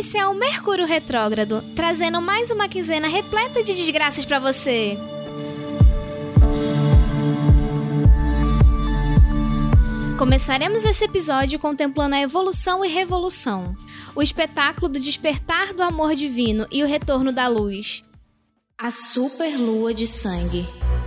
Esse é o Mercúrio Retrógrado, trazendo mais uma quinzena repleta de desgraças pra você. Começaremos esse episódio contemplando a evolução e revolução, o espetáculo do despertar do amor divino e o retorno da luz. A superlua de sangue.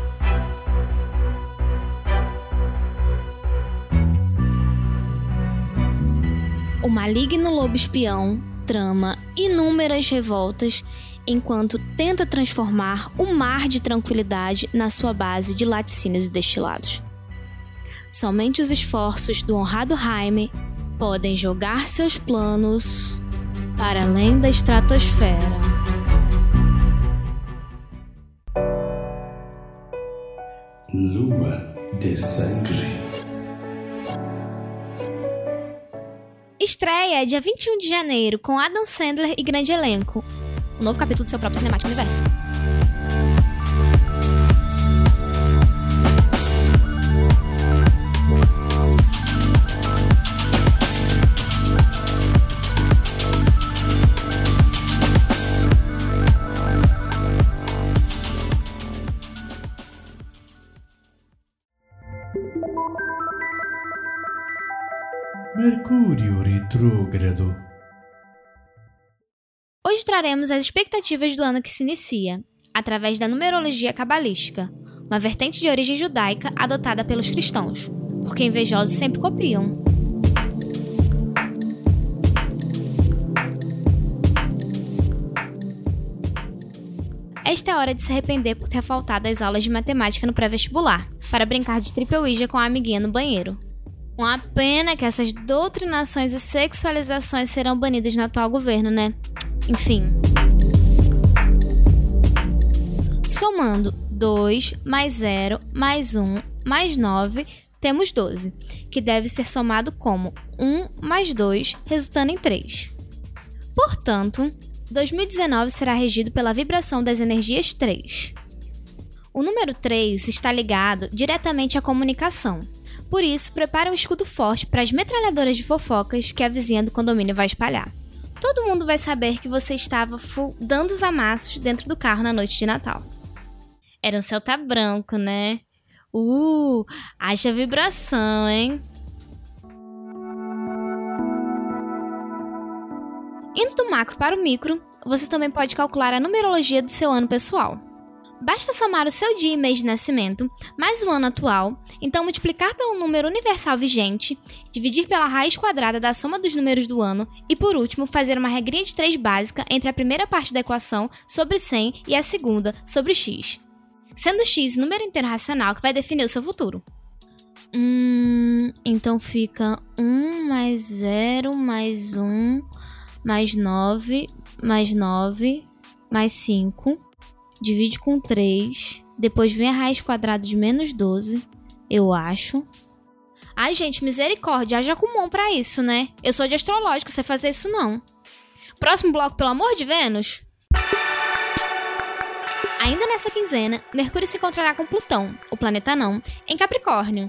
O maligno lobo espião trama inúmeras revoltas enquanto tenta transformar o mar de tranquilidade na sua base de laticínios e destilados. Somente os esforços do honrado Jaime podem jogar seus planos para além da estratosfera. Lua de Sangue. Estreia dia 21 de janeiro com Adam Sandler e grande elenco. Um novo capítulo do seu próprio cinemático universo. Mercúrio Retrógrado. Hoje traremos as expectativas do ano que se inicia, através da numerologia cabalística, uma vertente de origem judaica adotada pelos cristãos, porque invejosos sempre copiam. Esta é a hora de se arrepender por ter faltado às aulas de matemática no pré-vestibular, para brincar de triple Ouija com a amiguinha no banheiro. Uma pena que essas doutrinações e sexualizações serão banidas no atual governo, né? Enfim. Somando 2 mais 0 mais 1 mais 9, temos 12, que deve ser somado como 1 mais 2, resultando em 3. Portanto, 2019 será regido pela vibração das energias 3. O número 3 está ligado diretamente à comunicação. Por isso, prepare um escudo forte para as metralhadoras de fofocas que a vizinha do condomínio vai espalhar. Todo mundo vai saber que você estava dando os amassos dentro do carro na noite de Natal. Era um Celta branco, né? Haja vibração, hein? Indo do macro para o micro, você também pode calcular a numerologia do seu ano pessoal. Basta somar o seu dia e mês de nascimento, mais o ano atual, então multiplicar pelo número universal vigente, dividir pela raiz quadrada da soma dos números do ano e, por último, fazer uma regrinha de 3 básica entre a primeira parte da equação sobre 100 e a segunda sobre x. Sendo x o número inteiro racional que vai definir o seu futuro. Então fica 1 mais 0 mais 1 mais 9 mais 9 mais 5... Divide com 3, depois vem a raiz quadrada de menos 12, eu acho. Ai, gente, misericórdia, haja Kumon pra isso, né? Eu sou de astrológico, você fazer isso não. Próximo bloco, pelo amor de Vênus. Ainda nessa quinzena, Mercúrio se encontrará com Plutão, o planeta não, em Capricórnio.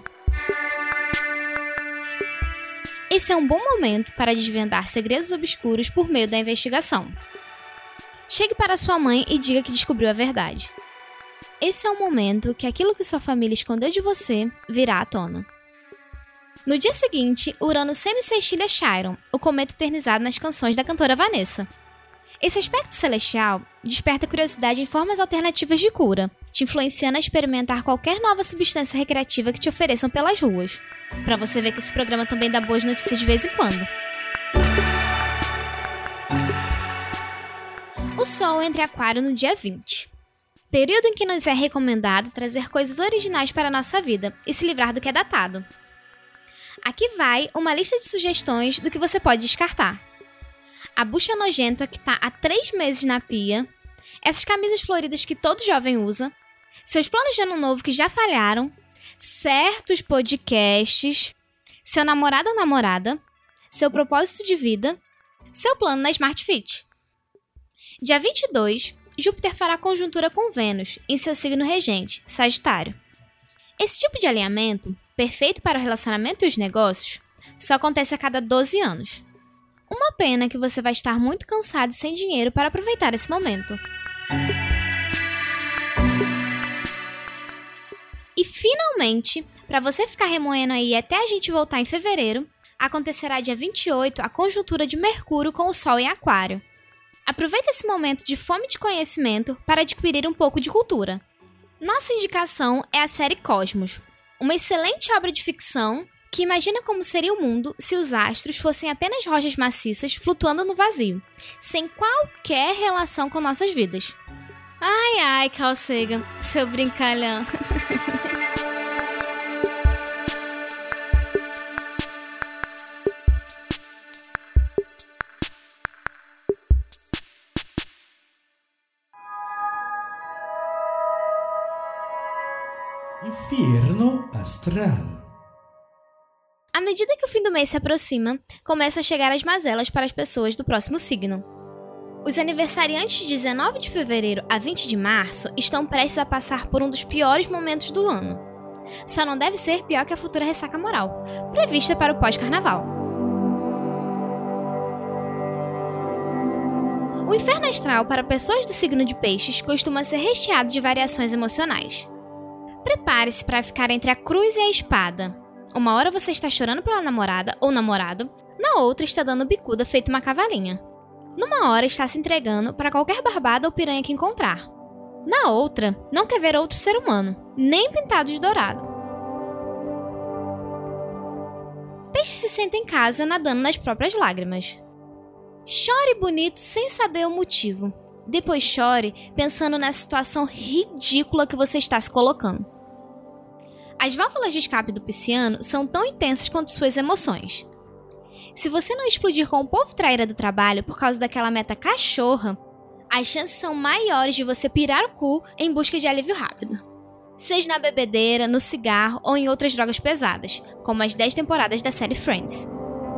Esse é um bom momento para desvendar segredos obscuros por meio da investigação. Chegue para sua mãe e diga que descobriu a verdade. Esse é o momento que aquilo que sua família escondeu de você virá à tona. No dia seguinte, Urano semi-sextilha Chiron, o cometa eternizado nas canções da cantora Vanessa. Esse aspecto celestial desperta curiosidade em formas alternativas de cura, te influenciando a experimentar qualquer nova substância recreativa que te ofereçam pelas ruas. Pra você ver que esse programa também dá boas notícias de vez em quando. O Sol entra em Aquário no dia 20. Período em que nos é recomendado trazer coisas originais para a nossa vida e se livrar do que é datado. Aqui vai uma lista de sugestões do que você pode descartar. A bucha nojenta que tá há 3 meses na pia, essas camisas floridas que todo jovem usa, seus planos de ano novo que já falharam, certos podcasts, seu namorado ou namorada, seu propósito de vida, seu plano na Smart Fit. Dia 22, Júpiter fará conjuntura com Vênus, em seu signo regente, Sagitário. Esse tipo de alinhamento, perfeito para o relacionamento e os negócios, só acontece a cada 12 anos. Um Uma pena que você vai estar muito cansado e sem dinheiro para aproveitar esse momento. E finalmente, para você ficar remoendo aí até a gente voltar em fevereiro, acontecerá dia 28 a conjuntura de Mercúrio com o Sol em Aquário. Aproveite esse momento de fome de conhecimento para adquirir um pouco de cultura. Nossa indicação é a série Cosmos, uma excelente obra de ficção que imagina como seria o mundo se os astros fossem apenas rochas maciças flutuando no vazio, sem qualquer relação com nossas vidas. Ai, ai, Carl Sagan, seu brincalhão. Inferno astral. À medida que o fim do mês se aproxima, começam a chegar as mazelas para as pessoas do próximo signo. Os aniversariantes de 19 de fevereiro a 20 de março estão prestes a passar por um dos piores momentos do ano. Só não deve ser pior que a futura ressaca moral, prevista para o pós-carnaval. O inferno astral para pessoas do signo de Peixes costuma ser recheado de variações emocionais. Prepare-se para ficar entre a cruz e a espada. Uma hora você está chorando pela namorada ou namorado, na outra está dando bicuda feito uma cavalinha. Numa hora está se entregando para qualquer barbada ou piranha que encontrar. Na outra, não quer ver outro ser humano, nem pintado de dourado. Peixe se senta em casa nadando nas próprias lágrimas. Chore bonito sem saber o motivo. Depois chore pensando nessa situação ridícula que você está se colocando. As válvulas de escape do pisciano são tão intensas quanto suas emoções. Se você não explodir com o povo traíra do trabalho por causa daquela meta cachorra, as chances são maiores de você pirar o cu em busca de alívio rápido. Seja na bebedeira, no cigarro ou em outras drogas pesadas, como as 10 temporadas da série Friends.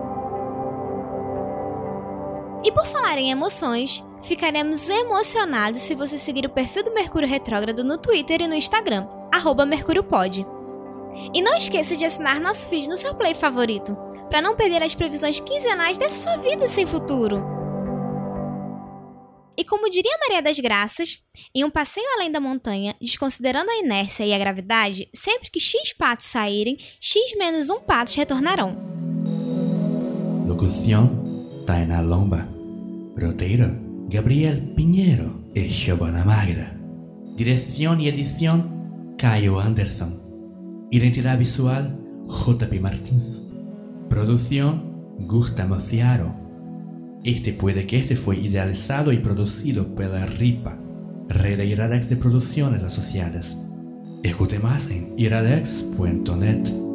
E por falar em emoções, ficaremos emocionados se você seguir o perfil do Mercúrio Retrógrado no Twitter e no Instagram, @MercúrioPod. E não esqueça de assinar nosso feed no seu play favorito, para não perder as previsões quinzenais dessa sua vida sem futuro. E como diria Maria das Graças, em um passeio além da montanha, desconsiderando a inércia e a gravidade, sempre que X patos saírem, X menos 1 patos retornarão. Locución, Taina Lomba. Roteiro, Gabriel Pinheiro e Giovanna Magda. Dirección y edición, Caio Anderson. Identidad visual, JP Martins. Producción, Gustavo Ciaro. Este fue idealizado y producido pela RIPA, Red Iradex de Producciones Asociadas. Escute más en iradex.net.